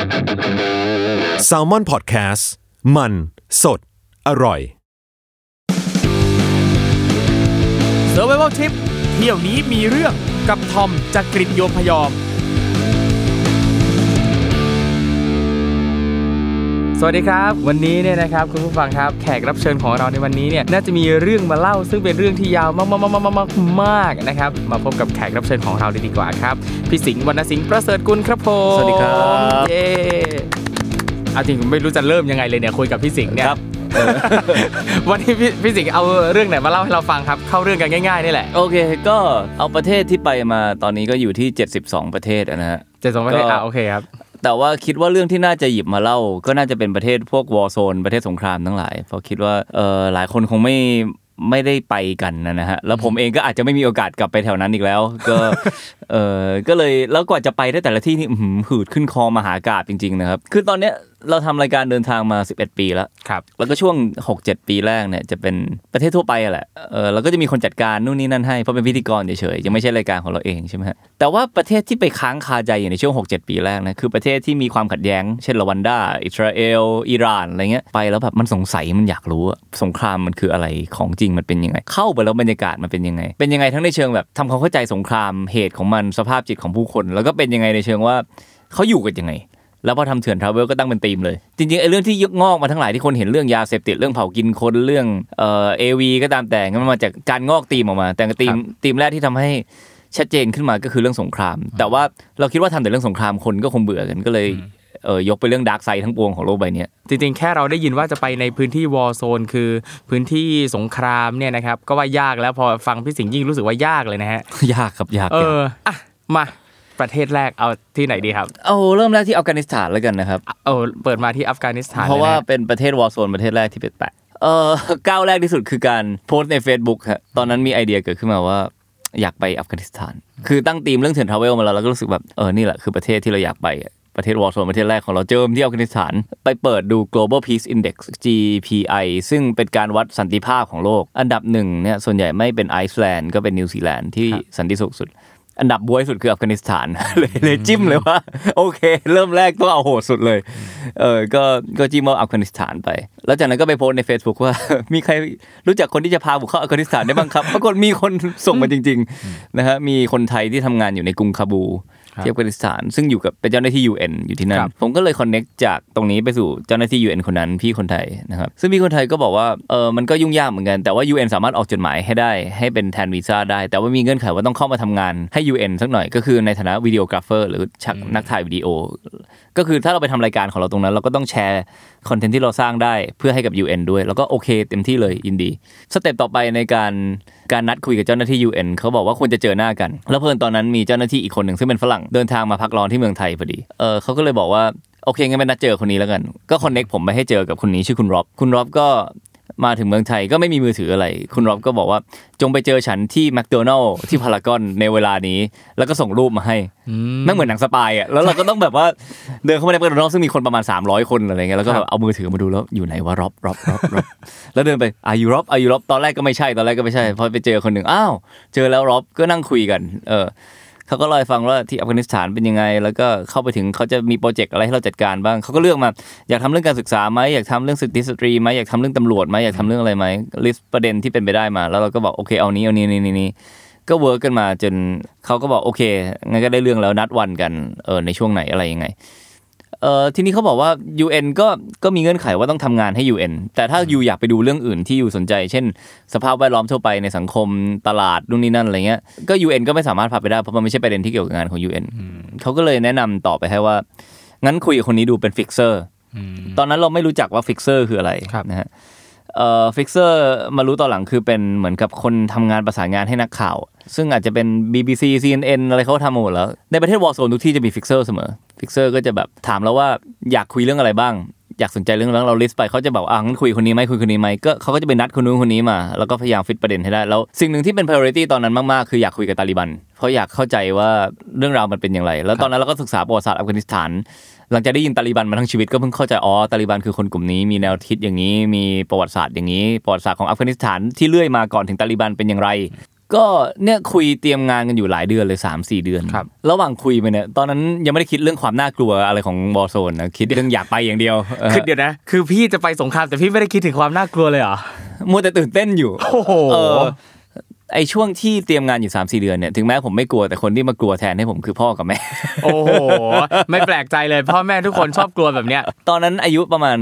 Salmon Podcast มันสดอร่อย Survival Trip เที่ยวนี้มีเรื่องกับทอมจากกรีฑโยมพยอมสวัสดีครับวันนี้เนี่ยนะครับคุณผู้ฟังครับแขกรับเชิญของเราในวันนี้เนี่ยน่าจะมีเรื่องมาเล่าซึ่งเป็นเรื่องที่ยาวมากๆนะครับมาพบกับแขกรับเชิญของเราเลยดีกว่าครับพี่สิงห์วรรณสิงห์ประเสริฐกุลครับผมสวัสดีครับเย้เอาจริงไม่รู้จะเริ่มยังไงเลยเนี่ยคุยกับพี่สิงห์เนี่ยวันนี้พี่สิงห์เอาเรื่องไหนมาเล่าให้เราฟังครับเข้าเรื่องกันง่ายๆนี่แหละโอเคก็เอาประเทศที่ไปมาตอนนี้ก็อยู่ที่72ประเทศนะฮะ 72ประเทศโอเคครับแต่ว่าคิดว่าเรื่องที่น่าจะหยิบมาเล่าก็น่าจะเป็นประเทศพวกวอร์โซนประเทศสงครามทั้งหลายเพราะคิดว่าหลายคนคงไม่ได้ไปกันนะฮะแล้วผมเองก็อาจจะไม่มีโอกาสกลับไปแถวนั้นอีกแล้วก็เลยแล้วกว่าจะไปได้แต่ละที่นี่หืดขึ้นคอมหากาพย์จริงๆนะครับคือตอนเนี้ยเราทำรายการเดินทางมา11ปีแล้วครับแล้วก็ช่วง 6-7 ปีแรกเนี่ยจะเป็นประเทศทั่วไปแหละแล้วก็จะมีคนจัดการนู่นนี่นั่นให้เพราะเป็นพิธีกรเฉยๆยังไม่ใช่รายการของเราเองใช่มั้ยฮะแต่ว่าประเทศที่ไปค้างคาใจอยู่ในช่วง 6-7 ปีแรกนะคือประเทศที่มีความขัดแย้งเช่นรวันดาอิสราเอลอิหร่านอะไรเงี้ยไปแล้วแบบมันสงสัยมันอยากรู้สงครามมันคืออะไรของจริงมันเป็นยังไงเข้าไปแล้วบรรยากาศมันเป็นยังไงทั้งในเชิงแบบทำความเข้าใจสงครามเหตุของมันสภาพจิตของผู้คนแล้วก็เป็นยังไงในเชิงว่าเขาอยู่กันยังไงแล้วพอทำเถื่อนทราเวลก็ตั้งเป็นธีมเลยจริงๆไอ้เรื่องที่ยกงอกมาทั้งหลายที่คนเห็นเรื่องยาเสพติดเรื่องเผากินคนเรื่องAV ก็ตามแต่มันมาจากการงอกธีมออกมาแต่ธีมแรกที่ทำให้ชัดเจนขึ้นมาก็คือเรื่องสงครามแต่ว่าเราคิดว่าทำแต่เรื่องสงครามคนก็คงเบื่อกันก็เลยยกไปเรื่องดาร์กไซด์ทั้งปวงของโลกใบนี้จริงๆแค่เราได้ยินว่าจะไปในพื้นที่วอร์โซนคือพื้นที่สงครามเนี่ยนะครับก็ว่ายากแล้วพอฟังพี่สิงห์ยิ่งรู้สึกว่ายากเลยนะฮะยากครับยากอ่ะมาประเทศแรกเอาที่ไหนดีครับเริ่มแรกที่อัฟกานิสถานแล้วกันนะครับเปิดมาที่อัฟกานิสถานเพราะว่าเป็นประเทศวอร์โซนประเทศแรกที่เป็นแตะก้าวแรกที่สุดคือการโพสต์ใน Facebook ฮะตอนนั้นมีไอเดียเกิดขึ้นมาว่าอยากไปอัฟกานิสถานคือตั้งธีมเรื่องเถื่อนทราเวลมาแล้วก็รู้สึกแบบนี่แหละคือประเทศที่เราอยากไปประเทศวอร์โซนประเทศแรกของเราเจอที่อัฟกานิสถานไปเปิดดู Global Peace Index GPI ซึ่งเป็นการวัดสันติภาพของโลกอันดับ1เนี่ยส่วนใหญ่ไม่เป็นไอซ์แลนด์ก็เป็นนิวซีแลนด์ที่สันติสุขสุดอันดับบวยสุดคืออัฟกานิสถานเลยจิ้มเลยว่าโอเคเริ่มแรกต้องเอาโหดสุดเลยก็จิ้มว่าอัฟกานิสถานไปแล้วจากนั้นก็ไปโพสใน Facebook ว่ามีใครรู้จักคนที่จะพาบุกเข้าอัฟกานิสถานได้บ้างครับปรากฏมีคนส่งมาจริงๆนะฮะมีคนไทยที่ทำงานอยู่ในกรุงคาบูที่อัฟกานิสถานซึ่งอยู่กับเป็นเจ้าหน้าที่ UN อยู่ที่นั่นผมก็เลยคอนเนคจากตรงนี้ไปสู่เจ้าหน้าที่ UN คนนั้นพี่คนไทยนะครับซึ่งพี่คนไทยก็บอกว่ามันก็ยุ่งยากเหมือนกันแต่ว่า UN สามารถออกจดหมายให้ได้ให้เป็นแทนวีซ่าได้แต่ว่ามีเงื่อนไขว่าต้องเข้ามาทำงานให้ UN สักหน่อยก็คือในฐานะวิดีโอกราฟเฟอร์หรือนักถ่ายวิดีโอก็คือถ้าเราไปทำรายการของเราตรงนั้นเราก็ต้องแชร์คอนเทนต์ที่เราสร้างได้เพื่อให้กับ UN ด้วยแล้วก็โอเคเต็มที่เลยยินดีสเต็ปต่อไปในการนัดคุยกับเจ้าหน้าที่ UN เขาบอกว่าควรจะเจอหน้ากันแล้วเพิ่นตอนนั้นมีเจ้าหน้าที่อีกคนหนึ่งซึ่งเป็นฝรั่งเดินทางมาพักร้อนที่เมืองไทยพอดีเขาก็เลยบอกว่าโอเคงั้นไปนัดเจอคนนี้แล้วกันก็คอนเนคผมไปให้เจอกับคนนี้ชื่อคุณร็อบก็มาถึงเมืองไทยก็ไม่มีมือถืออะไรคุณร็อบก็บอกว่าจงไปเจอฉันที่แมคโดนัลล์ที่พารากอนในเวลานี้แล้วก็ส่งรูปมาให้แม่งเหมือนหนังสปายอ่ะแล้วเราก็ต้องแบบว่าเดินเข้ามาในแมคโดนัลล์ซึ่งมีคนประมาณ300คนอะไรเงี้ยแล้วก็แบบเอามือถือมาดูแล้วอยู่ไหนวะร็อบแล้วเดินไปอายุร็อบตอนแรกก็ไม่ใช่พอไปเจอคนนึงอ้าวเจอแล้วร็อบก็นั่งคุยกันเขาก็เล่าให้ฟังว่าที่อัฟกานิสถานเป็นยังไงแล้วก็เข้าไปถึงเขาจะมีโปรเจกต์อะไรให้เราจัดการบ้างเขาก็เลือกมาอยากทำเรื่องการศึกษาไหมอยากทำเรื่องสิทธิสตรีไหมอยากทำเรื่องตำรวจไหมอยากทำเรื่องอะไรไหมลิสต์ประเด็นที่เป็นไปได้มาแล้วเราก็บอกโอเคเอานี้ก็เวิร์กกันมาจนเขาก็บอกโอเคงั้นก็ได้เรื่องแล้วนัดวันกันในช่วงไหนอะไรยังไงทีนี้เขาบอกว่า UN ก็มีเงื่อนไขว่าต้องทำงานให้ UN แต่ถ้าอยู่อยากไปดูเรื่องอื่นที่อยู่สนใจเช่นสภาพแวดล้อมทั่วไปในสังคมตลาดนู่นนี่นั่นอะไรเงี้ยก็ UN ก็ไม่สามารถพาไปได้เพราะมันไม่ใช่ประเด็นที่เกี่ยวกับงานของ UN เขาก็เลยแนะนำต่อไปให้ว่างั้นคุยกับคนนี้ดูเป็นฟิกเซอร์ตอนนั้นเราไม่รู้จักว่าฟิกเซอร์คืออะไรนะฮะฟิกเซอร์มารู้ตอนหลังคือเป็นเหมือนกับคนทำงานประสานงานให้นักข่าวซึ่งอาจจะเป็น BBC CNN อะไรเขาทำหมดแล้วในประเทศวอร์โซนทุกที่จะมีฟิกเซอร์เสมอฟิกเซอร์ก็จะแบบถามเราว่าอยากคุยเรื่องอะไรบ้างอยากสนใจเรื่องเราลิสต์ไปเขาจะบอกงั้นคุยคนนี้ไหมคุยคนนี้ไหมก็เขาก็จะไปนัดคนนู้นคนนี้มาแล้วก็พยายามฟิตประเด็นให้ได้แล้วสิ่งหนึ่งที่เป็น priority ตอนนั้นมากๆคืออยากคุยกับตาลิบันเพราะอยากเข้าใจว่าเรื่องราวมันเป็นอย่างไรแล้วตอนนั้นเราก็ศึกษาประวัติศาสตร์อัฟกานิสถานหลังจากได้ยินตาลิบันมาทั้งชีวิตก็เพิ่งเข้าใจตาลิบันคือคนกลุ่มนี้มีแนวคิดอย่างนี้มีประวัติศาสตร์อย่างนี้ประวัติศาสตร์ของอัฟกานิสถานที่เลื่อยมาก่อนถึงตาลิบันเป็นอย่างไรก็เนี่ยคุยเตรียมงานกันอยู่หลายเดือนเลย 3-4 เดือนระหว่างคุยไปเนี่ยตอนนั้นยังไม่ได้คิดเรื่องความน่ากลัวอะไรของวอร์โซนนะคิดเรื่องอยากไปอย่างเดียวคือเดี๋ยวนะคือพี่จะไปสงครามแต่พี่ไม่ได้คิดถึงความน่ากลัวเลยเหรอมัวแต่ตื่นเต้นอยู่โอ้โหไอช่วงที่เตรียมงานอยู่ 3-4 เดือนเนี่ยถึงแม้ผมไม่กลัวแต่คนที่มากลัวแทนให้ผมคือพ่อกับแม่โอ้โหไม่แปลกใจเลยพ่อแม่ทุกคนชอบกลัวแบบเนี้ยตอนนั้นอายุประมาณ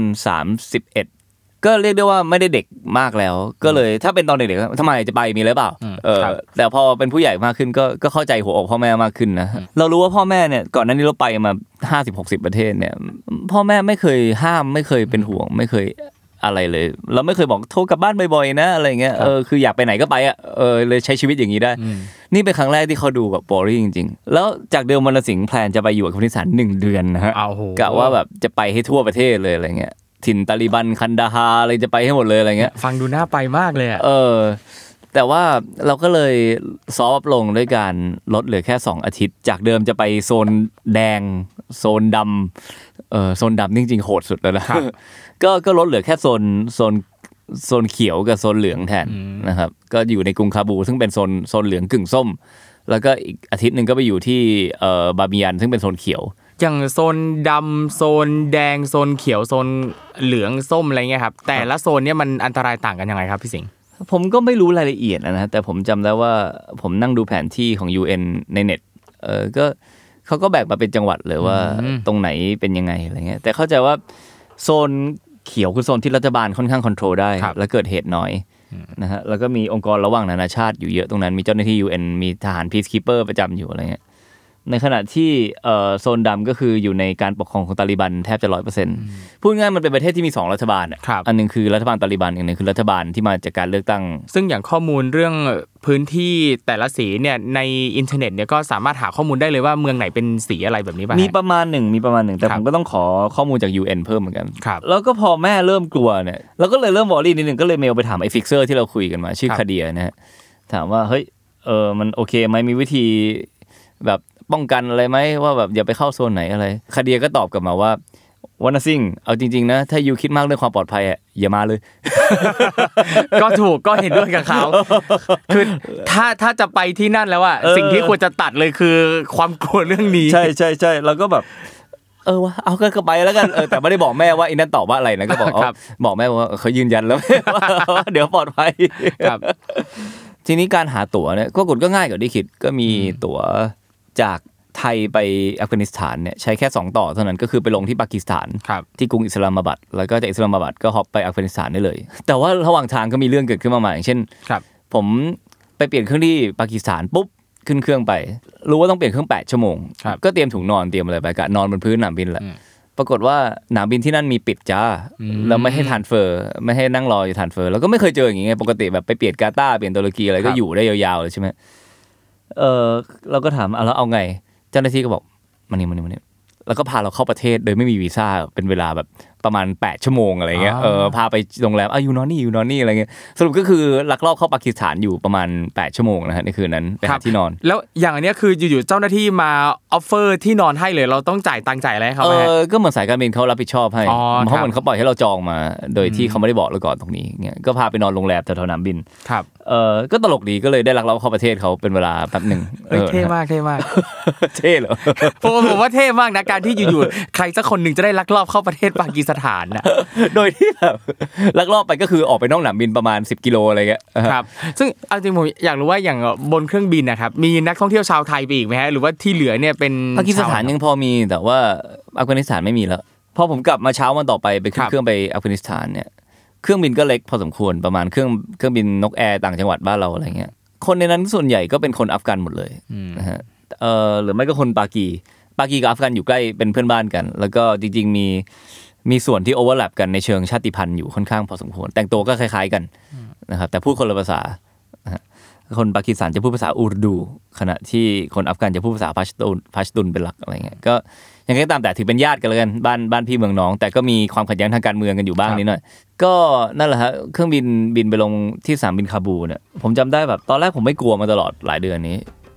31ก็เรียกได้ว่าไม่ได้เด็กมากแล้วก็เลยถ้าเป็นตอนเด็กๆทำไมจะไปมีหรือเปล่าแต่พอเป็นผู้ใหญ่มากขึ้นก็เข้าใจหัวอกพ่อแม่มากขึ้นนะเรารู้ว่าพ่อแม่เนี่ยก่อนหน้านี้เราไปมา 50-60 ประเทศเนี่ยพ่อแม่ไม่เคยห้ามไม่เคยเป็นห่วงไม่เคยอะไรเลยเราไม่เคยบอกโทรกลับบ้านบ่อยๆนะอะไรเงี้ยคืออยากไปไหนก็ไปเลยใช้ชีวิตอย่างนี้ได้นี่เป็นครั้งแรกที่เขาดูแบบบอรี่จริงๆแล้วจากเดิมวรรณสิงห์แพลนจะไปอยู่กับคนที่สาร1 เดือนนะฮะกะว่าแบบจะไปให้ทั่วประเทศเลยอะไรเงี้ยถิ่นตาลิบันคันดาฮาอะไรจะไปให้หมดเลยอะไรเงี้ยฟังดูน่าไปมากเลยแต่ว่าเราก็เลยซอฟลงด้วยการลดเหลือแค่2 อาทิตย์จากเดิมจะไปโซนแดงโซนดำโซนดำจริงๆโหดสุดแล้วนะก็ลดเหลือแค่โซนเขียวกับโซนเหลืองแทนนะครับก็อยู่ในกรุงคาบูซึ่งเป็นโซนเหลืองกึ่งส้มแล้วก็อีกอาทิตย์นึงก็ไปอยู่ที่บามิยันซึ่งเป็นโซนเขียวอย่างโซนดำโซนแดงโซนเขียวโซนเหลืองส้มอะไรเงี้ยครับแต่ละโซนเนี่ยมันอันตรายต่างกันยังไงครับพี่สิงห์ผมก็ไม่รู้รายละเอียดนะแต่ผมจำได้ว่าผมนั่งดูแผนที่ของ UN ในเน็ตก็เขาก็แบ่งมาเป็นจังหวัดเลยว่าตรงไหนเป็นยังไงอะไรเงี้ยแต่เข้าใจว่าโซนเขียวคือโซนที่รัฐบาลค่อนข้างคอนโทรลได้และเกิดเหตุน้อยนะฮะแล้วก็มีองค์กรระหว่างนานาชาติอยู่เยอะตรงนั้นมีเจ้าหน้าที่ UN มีทหาร Peacekeeper ประจำอยู่อะไรเงี้ยในขณะที่โซนดำก็คืออยู่ในการปกครองของตาลิบันแทบจะ 100% พูดง่ายมันเป็นประเทศที่มี2 รัฐบาลอันนึงคือรัฐบาลตาลิบันอีกนึงคือรัฐบาลที่มาจากการเลือกตั้งซึ่งอย่างข้อมูลเรื่องพื้นที่แต่ละสีเนี่ยในอินเทอร์เน็ตเนี่ยก็สามารถหาข้อมูลได้เลยว่าเมืองไหนเป็นสีอะไรแบบนี้ป่ะมีประมาณหนึ่งแต่ผมก็ต้องขอข้อมูลจาก UN เพิ่มเหมือนกันแล้วก็พอแม่เริ่มกลัวเนี่ยเราก็เลยเริ่มวอรี่นิดนึงก็เลยเมลไปถามไอ้ฟิกเซอร์ที่เราคุยกันมาชื่อคาเดียนะฮะถามว่าเฮ้ยมันโอเคไหมมีวิธีแบบป้องกันอะไรไหมว่าแบบอย่าไปเข้าโซนไหนอะไรคาเดียก็ตอบกลับมาว่าวันซิงเอาจริงๆนะถ้ายูคิดมากเรื่องความปลอดภัยอย่ามาเลยก็ถูกก็เห็นด้วยกับเขาคือถ้าจะไปที่นั่นแล้วอ่ะสิ่งที่ควรจะตัดเลยคือความกลัวเรื่องนี้ใช่ๆๆแล้วก็แบบวะเอาก็ไปแล้วกันแต่ไม่ได้บอกแม่ว่าไอ้นั่นตอบว่าอะไรนะก็บอกแม่ว่าเขายืนยันแล้วว่าเดี๋ยวปลอดภัยครับทีนี้การหาตั๋วเนี่ยก็ง่ายกว่าที่คิดก็มีตั๋วจากไทยไปอัฟกานิสถานเนี่ยใช้แค่2 ต่อเท่านั้นก็คือไปลงที่ปากีสถานที่กรุงอิสลามบัดแล้วก็จากอิสลามบัดก็ฮอปไปอัฟกานิสถานได้เลยแต่ว่าระหว่างทางก็มีเรื่องเกิดขึ้นมาใหม่อย่างเช่นผมไปเปลี่ยนเครื่องที่ปากีสถานปุ๊บขึ้นเครื่องไปรู้ว่าต้องเปลี่ยนเครื่อง8 ชั่วโมงก็เตรียมถุงนอนเตรียมอะไรไปกะนอนบนพื้นสนามบินแหละปรากฏว่าสนามบินที่นั่นมีปิดจ้าแล้วไม่ให้ทรานสเฟอร์ไม่ให้นั่งรออยู่ทรานสเฟอร์แล้วก็ไม่เคยเจออย่างงี้ไงปกติแบบไปเปลี่ยนกาตาร์เปลี่ยนตุรกีอะไรก็อยู่ได้ยาวๆเลยใช่มั้ยเราก็ถามแล้วเอาไงเจ้าหน้าที่ก็บอกมานี่แล้วก็พาเราเข้าประเทศโดยไม่มีวีซ่าเป็นเวลาแบบประมาณ8 ชั่วโมงอะไรเงี้ยพาไปโรงแรมอยู่นอนนี่อะไรเงี้ยสรุปก็คือลักลอบเข้าปากีสถานอยู่ประมาณ8 ชั่วโมงนะฮะในคืนนั้นไปหาที่นอนแล้วอย่างอันเนี้ยคืออยู่ๆเจ้าหน้าที่มาออฟเฟอร์ที่นอนให้เลยเราต้องจ่ายตังค์จ่ายอะไรให้เขามั้ยก็เหมือนสายการบินเขารับผิดชอบให้เพราะเหมือนเขาปล่อยให้เราจองมาโดยที่เขาไม่ได้บอกเราก่อนตรงนี้เงี้ยก็พาไปนอนโรงแรมแถวสนามบินครับก็ตลกดีก็เลยได้ลักลอบเข้าประเทศเขาเป็นเวลาแป๊บนึงเท่มากเท่เหรอผมว่าเท่มากนะการที่อยู่ๆใครสักคนนึงจะได้ลักลอบเข้าประเทศปากีสถานน่ะโดยที่แบบลักลอบไปก็คือออกไปนอกสนามบินประมาณ10 กิโลอะไรเงี้ยครับซึ่งเอาจริงผมอยากรู้ว่าอย่างบนเครื่องบินนะครับมีนักท่องเที่ยวชาวไทยไปอีกมั้ยฮะหรือว่าที่เหลือเนี่ยเป็นปากีสถานยังพอมีแต่ว่าอัฟกานิสถานไม่มีแล้วพอผมกลับมาเช้าวันต่อไปขึ้นเครื่องไปอัฟกานิสถานเนี่ยเครื่องบินก็เล็กพอสมควรประมาณเครื่องบินนกแอร์ต่างจังหวัดบ้านเราอะไรเงี้ยคนในนั้นส่วนใหญ่ก็เป็นคนอัฟกันหมดเลยนะฮะหรือไม่ก็คนปากีกับอัฟกันอยู่ใกล้เป็นเพื่อนบ้านกันแล้วก็จริงๆมีส่วนที่โอเวอร์แลปกันในเชิงชาติพันธุ์อยู่ค่อนข้างพอสมควรแต่งตัวก็คล้ายๆกันนะครับแต่พูดคนละภาษาคนปากีสถานจะพูดภาษาอูรดูขณะที่คนอัฟกันจะพูดภาษาพัชตุนเป็นหลักอะไรเงี้ยก็ยังไงก็ตามแต่ถือเป็นญาติกันเลยกันบ้านพี่เมืองน้องแต่ก็มีความขัดแย้งทางการเมืองกันอยู่บ้างนิดหน่อยก็นั่นแหละฮะเครื่องบินไปลงที่สนามบินคาบูเนี่ยผมจำได้แบบตอนแรกผมไม่กลัวมาตลอดหลายเดือนนี้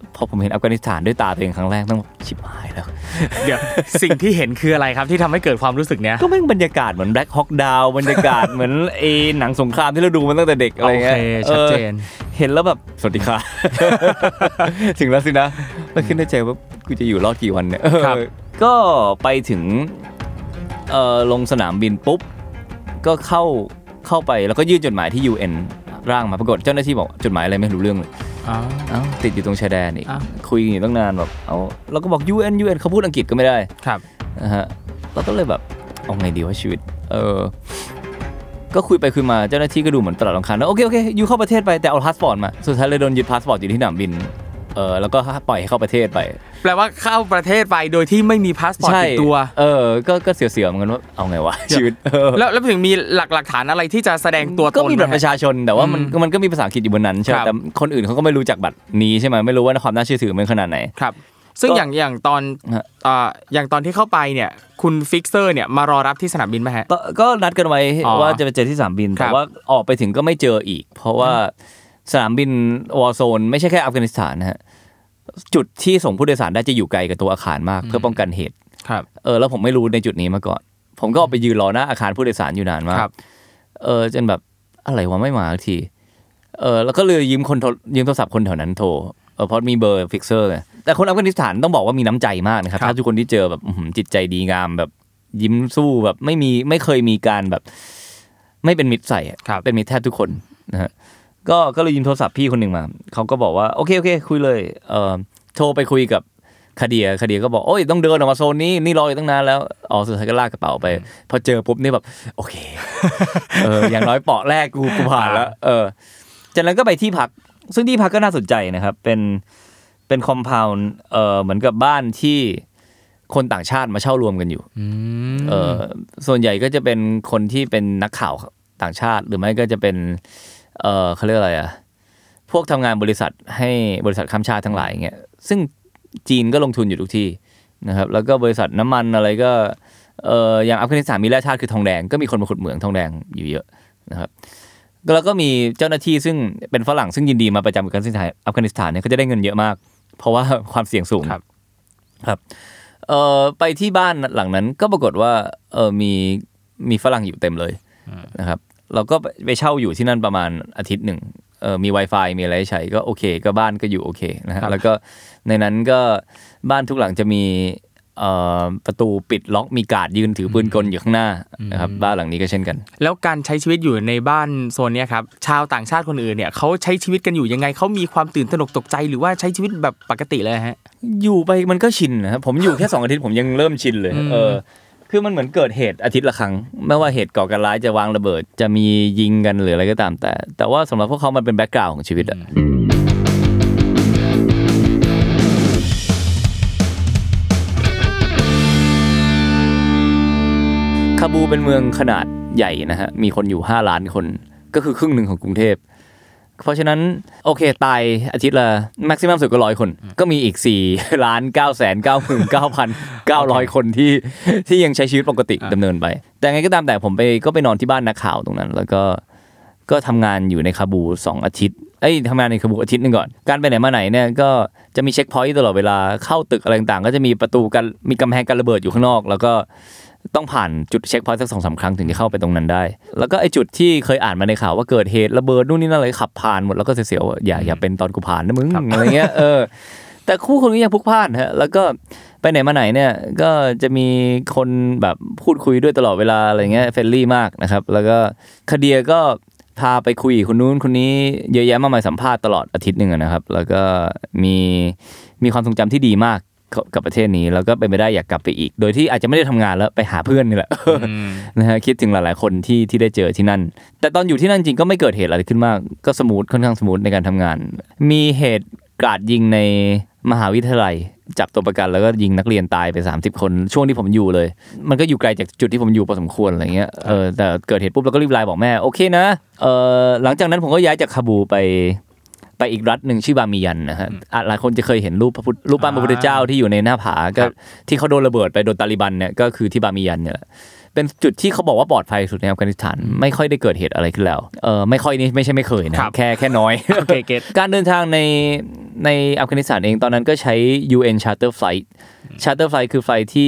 พอผมเห็นอัฟกานิสถานด้วยตาตัวเองครั้งแรกต้องชิบหายแล้วเดี๋ยวสิ่งที่เห็นคืออะไรครับที่ทำให้เกิดความรู้สึกเนี้ยก็แม่งบรรยากาศเหมือน Black Hawk Down บรรยากาศเหมือนหนังสงครามที่เราดูมาตั้งแต่เด็กอะไรเงี้ยชัดเจนเห็นแล้วแบบสวัสดีค่ะ ถึงแล้วสินะแล้วคิดในใจว่ากูจะอยู่รอดกี่วันเนี่ยก็ไปถึงลงสนามบินปุ๊บก็เข้าไปแล้วก็ยื่นจดหมายที่ UN ร่างมาปรากฏเจ้าหน้าที่บอกจดหมายอะไรไม่รู้เรื่องเลยติดอยู่ตรงชายแดนอีกคุยอยู่ตั้งนานแบบเราก็บอก UN เขาพูดอังกฤษก็ไม่ได้ครับนะฮะเราก็เลยแบบเอาไงดีวะชีวิตก็คุยไปคุยมาเจ้าหน้าที่ก็ดูเหมือนตลาดรำคาญโอเคอยู่เข้าประเทศไปแต่เอาพาสปอร์ตมาสุดท้ายเลยโดนยึดพาสปอร์ตอยู่ที่สนามบินแล้วก็ปล่อยให้เข้าประเทศไปแปลว่าเข้าประเทศไปโดยที่ไม่มีพาสปอร์ตติดตัวก็เสียวๆเหมือนกันว่าเอาไงวะชีวิตแล้วถึงมีหลักฐานอะไรที่จะแสดงตัวตนก็มีบัตรประชาชนแต่ว่ามันก็มีภาษาอังกฤษอยู่บนนั้นใช่แต่คนอื่นเขาก็ไม่รู้จักบัตรนี้ใช่ไหมไม่รู้ว่าความน่าเชื่อถือมันขนาดไหนครับซึ่งอย่างตอนที่เข้าไปเนี่ยคุณฟิกเซอร์เนี่ยมารอรับที่สนามบินไหมฮะก็นัดกันไว้ว่าจะไปเจอที่สนามบินแต่ว่าออกไปถึงก็ไม่เจออีกเพราะว่าสนามบินวอร์โซนไม่ใช่แค่อัฟกานิสถานนะฮะจุดที่ส่งผู้โดยสารได้จะอยู่ไกลกับตัวอาคารมากเพื่อป้องกันเหตุครับแล้วผมไม่รู้ในจุดนี้มาก่อนผมก็ไปยืนรอหน้าอาคารผู้โดยสารอยู่นานมากจนแบบอะไรวะไม่มาทีแล้วก็เลยยืมโทรศัพท์คนแถวนั้นโทรเพราะมีเบอร์ฟิกเซอร์แต่คนอัฟกานิสถานต้องบอกว่ามีน้ำใจมากนะครับถ้าทุกคนที่เจอแบบจิตใจดีงามแบบยิ้มสู้แบบไม่เคยมีการแบบไม่เป็นมิตรใส่เป็นมิตรแทบทุกคนนะฮะก็เลยยืมโทรศัพท์พี่คนหนึ่งมาเขาก็บอกว่าโอเคคุยเลยโทรไปคุยกับคดีก็บอกโอ้ยต้องเดินออกมาโซนนี้รออยู่ตั้งนานแล้วสุดท้ายก็ลากกระเป๋าไปพอเจอปุ๊บนี่แบบโอเคอย่างน้อยเปาะแรกกูผ่านแล้วจากนั้นก็ไปที่พักซึ่งที่พักก็น่าสนใจนะครับเป็นคอมเพลด์เหมือนกับบ้านที่คนต่างชาติมาเช่ารวมกันอยู่ส่วนใหญ่ก็จะเป็นคนที่เป็นนักข่าวต่างชาติหรือไม่ก็จะเป็นเขาเรียกอะไรพวกทำงานบริษัทให้บริษัทข้ามชาติทั้งหลายเงี้ยซึ่งจีนก็ลงทุนอยู่ทุกที่นะครับแล้วก็บริษัทน้ำมันอะไรก็อย่างอัฟกานิสถานมีแร่ธาตุคือทองแดงก็มีคนมาขุดเหมืองทองแดงอยู่เยอะนะครับแล้วก็มีเจ้าหน้าที่ซึ่งเป็นฝรั่งซึ่งยินดีมาประจำกับอัฟกานิสถานเนี่ยเขาจะได้เงินเยอะมากเพราะว่าความเสี่ยงสูงครับไปที่บ้านหลังนั้นก็ปรากฏว่ามีฝรั่งอยู่เต็มเลยนะครับเราก็ไปเช่าอยู่ที่นั่นประมาณอาทิตย์หนึ่งมี Wi-Fi มีอะไรใช้ก็โอเคก็บ้านก็อยู่โอเคนะฮะแล้วก็ในนั้นก็บ้านทุกหลังจะมีประตูปิดล็อกมีการ์ดยืนถือปืนกลอยู่ข้างหน้านะครับบ้านหลังนี้ก็เช่นกันแล้วการใช้ชีวิตอยู่ในบ้านโซนนี้ครับชาวต่างชาติคนอื่นเนี่ยเขาใช้ชีวิตกันอยู่ยังไงเขามีความตื่นตระหนกตกใจหรือว่าใช้ชีวิตแบบปกติเลยฮะอยู่ไปมันก็ชินนะครับผมอยู่แค่2 อาทิตย์ผมยังเริ่มชินเลยคือมันเหมือนเกิดเหตุอาทิตย์ละครั้งไม่ว่าเหตุก่อการร้ายจะวางระเบิดจะมียิงกันหรืออะไรก็ตามแต่ว่าสำหรับพวกเขามันเป็นแบ็คกราวด์ของชีวิตอะคาบูเป็นเมืองขนาดใหญ่นะฮะมีคนอยู่5 ล้านคนก็คือครึ่งหนึ่งของกรุงเทพเพราะฉะนั้นโอเคตายอาทิตย์ละแม็กซิมัมสุดก็100 คนก็มีอีก4,999,900 คนที่ยังใช้ชีวิตปกติดำเนินไปแต่ไงก็ตามแต่ผมก็ไปนอนที่บ้านนักข่าวตรงนั้นแล้วก็ทำงานอยู่ในคาบู2 อาทิตย์ทำงานในคาบูอาทิตย์นึงก่อนการไปไหนมาไหนเนี่ยก็จะมีเช็คพอยต์ตลอดเวลาเข้าตึกอะไรต่างๆก็จะมีประตูกันมีกำแพงกันระเบิดอยู่ข้างนอกแล้วก็ต้องผ่านจุดเช็คพอยต์สัก 2-3 ครั้งถึงจะเข้าไปตรงนั้นได้แล้วก็ไอ้จุดที่เคยอ่านมาในข่าวว่าเกิดเหตุระเบิดนู่นนี่นั่นอะไรขับผ่านหมดแล้วก็เสียวๆอย่าเป็นตอนกูผ่านนะมึงอะไรเงี้ยแต่คู่คนนี้ยังพลุกพล่านฮะแล้วก็ไปไหนมาไหนเนี่ยก็จะมีคนแบบพูดคุยด้วยตลอดเวลาอะไรเงี้ยเฟรนลี่มากนะครับแล้วก็คดีก็พาไปคุยคนนู้นคนนี้เยอะแยะมากมายสัมภาษณ์ตลอดอาทิตย์นึงนะครับแล้วก็มีความทรงจำที่ดีมากกับประเทศนี้แล้วก็เป็นไปได้อยากกลับไปอีกโดยที่อาจจะไม่ได้ทำงานแล้วไปหาเพื่อนนี่แหละนะฮะคิดถึงหลายๆคนที่ได้เจอที่นั่นแต่ตอนอยู่ที่นั่นจริงก็ไม่เกิดเหตุอะไรขึ้นมากก็สมูทค่อนข้างสมูทในการทำงานมีเหตุกราดยิงในมหาวิทยาลัยจับตัวประกันแล้วก็ยิงนักเรียนตายไป30 คนช่วงที่ผมอยู่เลยมันก็อยู่ไกลจากจุดที่ผมอยู่พอสมควรอะไรเงี้ยแต่เกิดเหตุปุ๊บแล้วก็รีบไลน์บอกแม่โอเคนะหลังจากนั้นผมก็ย้ายจากคาบูไปอีกรัฐหนึ่งชื่อบามียันนะฮะหลายคนจะเคยเห็นรูปปั้นพระพุทธเจ้าที่อยู่ในหน้าผาก็ที่เขาโดนระเบิดไปโดนตาลิบันเนี่ยก็คือที่บามียันเนี่ยเป็นจุดที่เขาบอกว่าปลอดภัยสุดในอัฟกานิสถานไม่ค่อยได้เกิดเหตุอะไรขึ้นแล้วไม่ค่อยนี่ไม่ใช่ไม่เคยนะแค่น้อยโอเคเก็ตการเดินทางในอัฟกานิสถานเองตอนนั้นก็ใช้ UN Charter Flight Charter Flight คือไฟล์ที่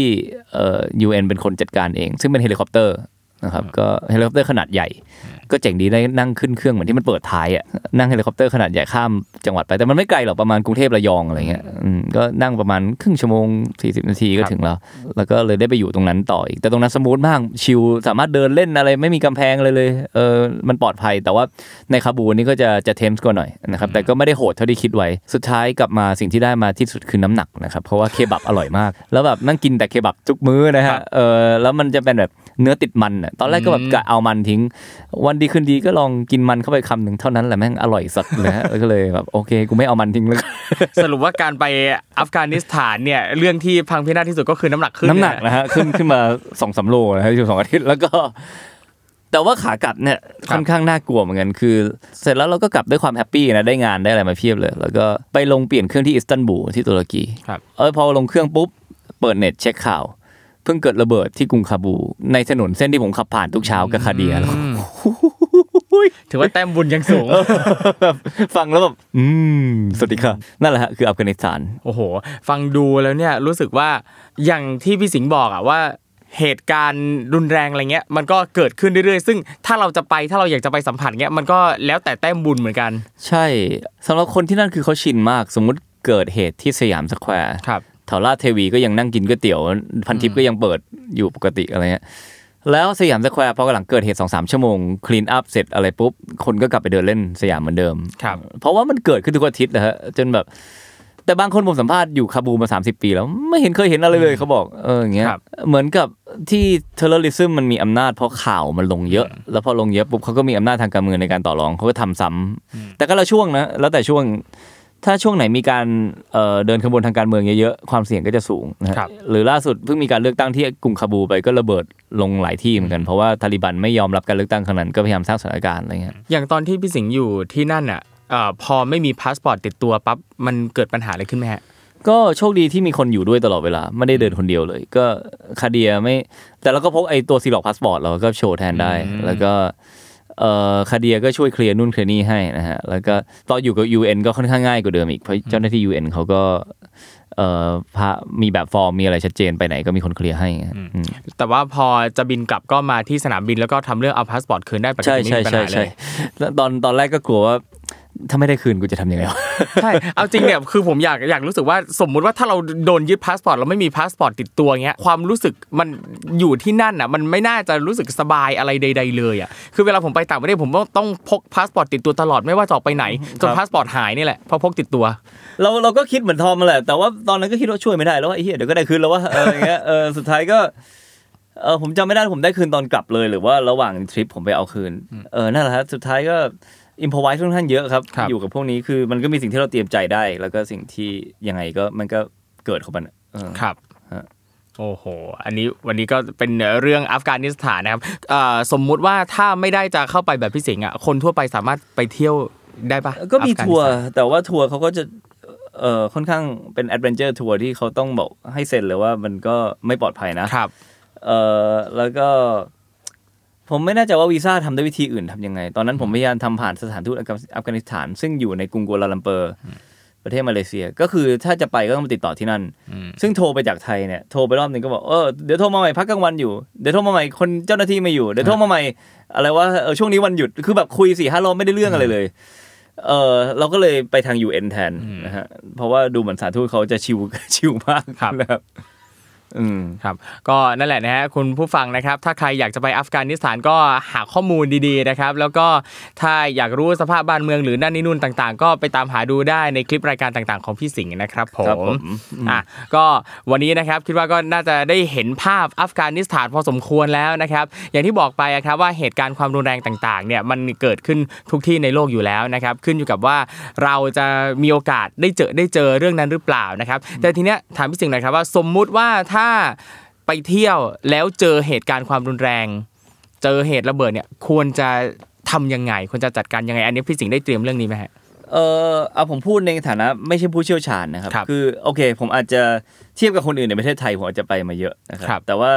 UN เป็นคนจัดการเองซึ่งเป็นเฮลิคอปเตอร์นะครับก็เฮลิคอปเตอร์ขนาดใหญ่ก็เจ๋งดีได้นั่งขึ้นเครื่องเหมือนที่มันเปิดท้ายอ่ะนั่งเฮลิคอปเตอร์ขนาดใหญ่ข้ามจังหวัดไปแต่มันไม่ไกลหรอกประมาณกรุงเทพระยองอะไรเงี้ยก็นั่งประมาณครึ่งชั่วโมง40นาทีก็ถึงแล้วก็เลยได้ไปอยู่ตรงนั้นต่ออีกแต่ตรงนั้นสมูทมากชิลสามารถเดินเล่นอะไรไม่มีกำแพงเลยมันปลอดภัยแต่ว่าในคาบูนี่ก็จะเทนส์กว่าหน่อยนะครับแต่ก็ไม่ได้โหดเท่าที่คิดไว้สุดท้ายกลับมาสิ่งที่ได้มาที่สุดคือน้ำหนักนะครับเพราะว่าเคบับอร่อยมากแล้วแบบนั่งกินแต่เคบับทุกมื้อนะฮะแล้วมันจะเป็นแบบเนื้อติดมันอ่ะตอนแรกก็แบบกะเอามันทิ้งวันดีคืนดีก็ลองกินมันเข้าไปคำหนึ่งเท่านั้นแหละแม่งอร่อยสัสเลยฮะแล้วก็เลยแบบโอเคกูไม่เอามันทิ้งแล้วสรุปว่าการไปอัฟกานิสถานเนี่ยเรื่องที่พังพินาศที่สุดก็คือน้ำหนักขึ้นนะฮะขึ้นมา 2-3 โลนะฮะอยู่2 อาทิตย์แล้วก็แต่ว่าขากลับเนี่ยค่อนข้างน่ากลัวเหมือนกันคือเสร็จแล้วเราก็กลับด้วยความแฮปปี้นะได้งานได้อะไรมาเพียบเลยแล้วก็ไปลงเปลี่ยนเครื่องที่อิสตันบูลที่ตุรกีพอลงเครื่องปุ๊บเปิดเน็ตเช็คข่าวเพิ่งเกิดระเบิดที่กรุงคาบูในถนนเส้นที่ผมขับผ่านทุกเช้ากับคาเดียแล้วถือว่าแต้มบุญยังสูงฟังแล้วแบบสวัสดีค่ะนั่นแหละฮะคืออัฟกานิสถานโอ้โหฟังดูแล้วเนี่ยรู้สึกว่าอย่างที่พี่สิงห์บอกอะว่าเหตุการณ์รุนแรงอะไรเงี้ยมันก็เกิดขึ้นเรื่อยๆซึ่งถ้าเราอยากจะไปสัมผัสเงี้ยมันก็แล้วแต่แต้มบุญเหมือนกันใช่สำหรับคนที่นั่นคือเขาชินมากสมมุติเกิดเหตุที่สยามสแควร์แถวลาดเทวีก็ยังนั่งกินก๋วยเตี๋ยวพันทิปก็ยังเปิดอยู่ปกติอะไรเงี้ยแล้วสยามสแควร์พอกำลังเกิดเหตุ 2-3 ชั่วโมงคลีนอัพเสร็จอะไรปุ๊บคนก็กลับไปเดินเล่นสยามเหมือนเดิมเพราะว่ามันเกิดขึ้นทุกอาทิตย์นะฮะจนแบบแต่บางคนผมสัมภาษณ์อยู่คาบูมา30 ปีแล้วไม่เคยเห็นอะไรเลยเขาบอกอย่างเงี้ยเหมือนกับที่เทอร์เรอริซึมมันมีอำนาจเพราะข่าวมันลงเยอะแล้วพอลงเยอะปุ๊บเขาก็มีอำนาจทางการเมืองในการต่อรองเขาก็ทำซ้ำแต่ก็ละช่วงนะแล้วแต่ช่วงถ้าช่วงไหนมีการเดินขบวนทางการเมืองเยอะๆความเสี่ยงก็จะสูงนะครับหรือล่าสุดเพิ่งมีการเลือกตั้งที่กรุงคาบูไปก็ระเบิดลงหลายที่เหมือนกันเพราะว่าตาลิบันไม่ยอมรับการเลือกตั้งครั้งนั้นก็พยายามสร้างสถานการณ์อะไรเงี้ยอย่างตอนที่พี่สิงห์อยู่ที่นั่นอ่ะพอไม่มีพาสปอร์ตติดตัวปั๊บมันเกิดปัญหาอะไรขึ้นไหมฮะก็โชคดีที่มีคนอยู่ด้วยตลอดเวลาไม่ได้เดินคนเดียวเลยก็คาเดียไม่แต่เราก็พกไอ้ตัวซีล็อกพาสปอร์ตเราก็โชว์แทนได้แล้วก็คาเดียก็ช่วยเคลียร์นู่นเคลียร์นี่ให้นะฮะแล้วก็ตอนอยู่กับ UN ก็ค่อนข้างง่ายกว่าเดิมอีกเพราะเจ้าหน้าที่ UN เขาก็มีแบบฟอร์มมีอะไรชัดเจนไปไหนก็มีคนเคลียร์ให้แต่ว่าพอจะบินกลับก็มาที่สนามบินแล้วก็ทำเรื่องเอาพาสปอร์ตคืนได้ปกติไม่มีปัญหาเลยตอนแรกก็กลัวว่าถ้าไม่ได้คืนกูจะทำยังไงวะใช่เอาจริงเนี่ยคือผมอยากรู้สึกว่าสมมุติว่าถ้าเราโดนยึดพาสปอร์ตเราไม่มีพาสปอร์ตติดตัวเงี้ยความรู้สึกมันอยู่ที่นั่นอ่ะมันไม่น่าจะรู้สึกสบายอะไรใดๆเลยอ่ะคือเวลาผมไปต่างประเทศผมต้องพกพาสปอร์ตติดตัวตลอดไม่ว่าจะออกไปไหนจนพาสปอร์ตหายนี่แหละเพราะพกติดตัวเราก็คิดเหมือนทอมมาแหละแต่ว่าตอนนั้นก็คิดว่าช่วยไม่ได้แล้วว่าไอ้เหี้ยเดี๋ยวก็ได้คืนแล้วว่าอย่างเงี้ยสุดท้ายก็ผมจำไม่ได้ผมได้คืนตอนกลับเลยหรือว่าระหว่างทริปผมไปเอาคืนนั่นแหละครับสุดท้ายก็อิมพอไวส์ค่อนข้างเยอะครับอยู่กับพวกนี้คือมันก็มีสิ่งที่เราเตรียมใจได้แล้วก็สิ่งที่ยังไงก็มันก็เกิดเข้ามาครับโอ้โหอันนี้วันนี้ก็เป็นเรื่องอัฟกานิสถานนะครับสมมุติว่าถ้าไม่ได้จะเข้าไปแบบพี่สิงห์อ่ะคนทั่วไปสามารถไปเที่ยวได้ปะก็มีทัวร์แต่ว่าทัวร์เขาก็จะค่อนข้างเป็นแอดเวนเจอร์ทัวร์ที่เขาต้องบอกให้เซ็นเลยว่ามันก็ไม่ปลอดภัยนะครับแล้วก็ผมไม่แน่ใจว่าวีซ่าทำด้วยวิธีอื่นทำยังไงตอนนั้นผมพยายามทำผ่านสถานทูตอัฟกานิสถานซึ่งอยู่ในกรุงกัวลาลัมเปอร์ประเทศมาเลเซียก็คือถ้าจะไปก็ต้องติดต่อที่นั่นซึ่งโทรไปจากไทยเนี่ยโทรไปรอบนึงก็บอกเดี๋ยวโทรมาใหม่พักกลางวันอยู่เดี๋ยวโทรมาใหม่คนเจ้าหน้าที่ไม่อยู่เดี๋ยวโทรมาใหม่อะไรว่าช่วงนี้วันหยุดคือแบบคุย 4-5 รอบไม่ได้เรื่องอะไรเลยเราก็เลยไปทาง UN แทนนะฮะเพราะว่าดูเหมือนสถานทูตเขาจะชิวมากนะครับครับก็นั่นแหละนะฮะคุณผู้ฟังนะครับถ้าใครอยากจะไปอัฟกานิสถานก็หาข้อมูลดีๆนะครับแล้วก็ถ้าอยากรู้สภาพบ้านเมืองหรือนั่นนี่นู่นต่างๆก็ไปตามหาดูได้ในคลิปรายการต่างๆของพี่สิงห์นะครับผมก็วันนี้นะครับคิดว่าก็น่าจะได้เห็นภาพอัฟกานิสถานพอสมควรแล้วนะครับอย่างที่บอกไปครับว่าเหตุการณ์ความรุนแรงต่างๆเนี่ยมันเกิดขึ้นทุกที่ในโลกอยู่แล้วนะครับขึ้นอยู่กับว่าเราจะมีโอกาสได้เจอเรื่องนั้นหรือเปล่านะครับแต่ทีเนี้ยถามพี่สิงห์หน่อยครับว่าสมมุติว่าถ้าไปเที่ยวแล้วเจอเหตุการณ์ความรุนแรงเจอเหตุระเบิดเนี่ยควรจะทำยังไงควรจะจัดการยังไงอันนี้พี่สิงห์ได้เตรียมเรื่องนี้ไหมฮะเอาผมพูดในฐานะไม่ใช่ผู้เชี่ยวชาญนะครับคือโอเคผมอาจจะเทียบกับคนอื่นในประเทศไทยผมอาจจะไปมาเยอะนะครับแต่ว่า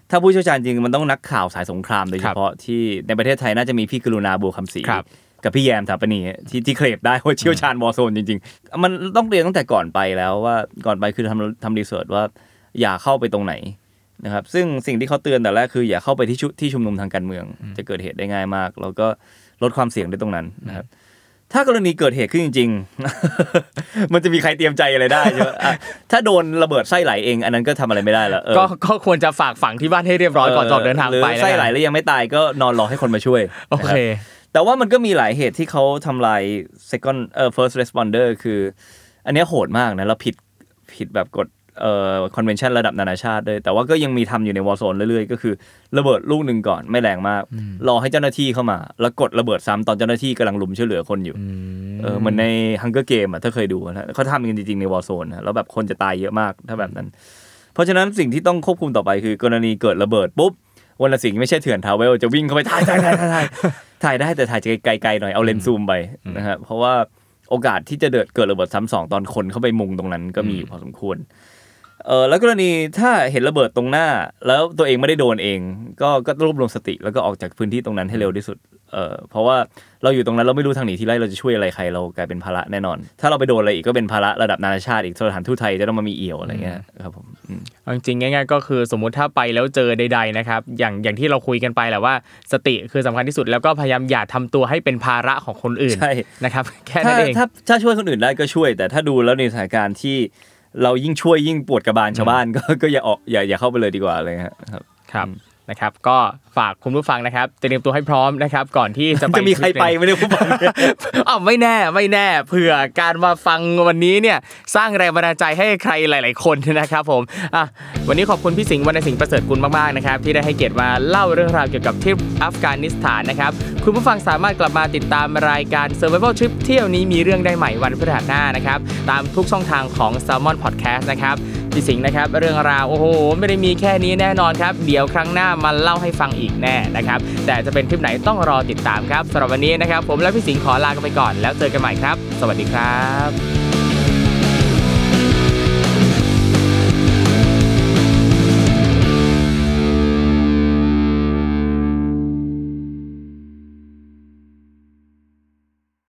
ถ้าผู้เชี่ยวชาญจริงมันต้องนักข่าวสายสงครามโดยเฉพาะที่ในประเทศไทยน่าจะมีพี่กรุณาบัวคำศรีกับพี่แยมถาปนีที่เคลมได้ว่าเชี่ยวชาญวอร์โซนจริงๆมันต้องเรียนตั้งแต่ก่อนไปแล้วว่าก่อนไปคือทำรีเสิร์ชว่าอย่าเข้าไปตรงไหนนะครับซึ่งสิ่งที่เขาเตือนแต่แรกคืออย่าเข้าไปที่ชุมนุมทางการเมืองจะเกิดเหตุได้ง่ายมากแล้วก็ลดความเสี่ยงได้ตรงนั้นนะครับถ้ากรณีเกิดเหตุขึ้นจริงๆ มันจะมีใครเตรียมใจอะไรได้ใช่ไหมถ้าโดนระเบิดไส้ไหลเองอันนั้นก็ทำอะไรไม่ได้แล้วก็ควรจะฝากฝังที่บ้านให้เรียบร้อยก่อนเดินทางไปหรือไส้ไหลแล้วยังไม่ตายก็นอนรอให้คนมาช่วยโอเคแต่ว่ามันก็มีหลายเหตุที่เขาทำลาย first responder คืออันนี้โหดมากนะแล้วผิดแบบกฎconvention ระดับนานาชาติด้วยแต่ว่าก็ยังมีทำอยู่ใน war zone เรื่อยๆก็คือระเบิดลูกนึงก่อนไม่แรงมากรอให้เจ้าหน้าที่เข้ามาแล้วกดระเบิดซ้ำตอนเจ้าหน้าที่กำลังลุมช่วยเหลือคนอยู่เหมือนใน Hunger Game ถ้าเคยดูนะเขาทำกันจริงๆใน war zone นะแล้วแบบคนจะตายเยอะมากถ้าแบบนั้นเพราะฉะนั้นสิ่งที่ต้องควบคุมต่อไปคือกรณีเกิดระเบิดปุ๊บวรรณสิงห์ไม่ใช่เถื่อนทาวเวลจะวิ่งเข้าไปถ่ายได้แต่ถ่ายไกลๆหน่อยเอาเลนส์ซูมไปนะครับเพราะว่าโอกาสที่จะเกิดระเบิดซ้ำสองตอนคนเข้าไปมุงตรงนั้นก็มีอยู่พอสมควรแล้วกรณีถ้าเห็นระเบิดตรงหน้าแล้วตัวเองไม่ได้โดนเองก็รวบรวมสติแล้วก็ออกจากพื้นที่ตรงนั้นให้เร็วที่สุดเพราะว่าเราอยู่ตรงนั้นเราไม่รู้ทางหนีทีไรเราจะช่วยอะไรใครเรากลายเป็นภาระแน่นอนถ้าเราไปโดนอะไรอีกก็เป็นภาระระดับนานาชาติอีกสถานทูตไทยจะต้องมามีเอี่ยวอะไรเงี้ยครับผมจริงๆง่ายๆก็คือสมมุติถ้าไปแล้วเจอใดๆนะครับอย่างที่เราคุยกันไปแหละว่าสติคือสำคัญที่สุดแล้วก็พยายามอย่าทำตัวให้เป็นภาระของคนอื่นนะครับแค่นั้นเองถ้าช่วยคนอื่นได้ก็ช่วยแต่ถ้าดูแล้วในสถานการณ์ที่เรายิ่งช่วยยิ่งปวดกระบาลชาวบ้านก็อย่าเข้าไปเลยดีกว่าอะไรครับนะครับก็ฝากคุณผู้ฟังนะครับเตรียมตัวให้พร้อมนะครับก่อนที่จะมีใครไปไม่ได้ผู้ฟังไม่แน่เผื่อการมาฟังวันนี้เนี่ยสร้างแรงบันดาลใจให้ใครหลายๆคนนะครับผมวันนี้ขอบคุณพี่สิงห์วรรณสิงห์ประเสริฐกุลมากๆนะครับที่ได้ให้เกียรติมาเล่าเรื่องราวเกี่ยวกับทริปอัฟกานิสถานนะครับคุณผู้ฟังสามารถกลับมาติดตามรายการ Survival Trip เที่ยวนี้มีเรื่องได้ใหม่วันพฤหัสหน้านะครับตามทุกช่องทางของ Salmon Podcast นะครับพี่สิงห์นะครับเรื่องราวโอ้โหไม่ได้มีแค่นี้แน่นอนครับเดี๋ยวครั้งหน้ามาเล่าให้ฟังอีกแน่นะครับแต่จะเป็นทริปไหนต้องรอติดตามครับสำหรับวันนี้นะครับผมและพี่สิงห์ขอลากันไปก่อนแล้วเจอกันใหม่ครับสวัสดีครับ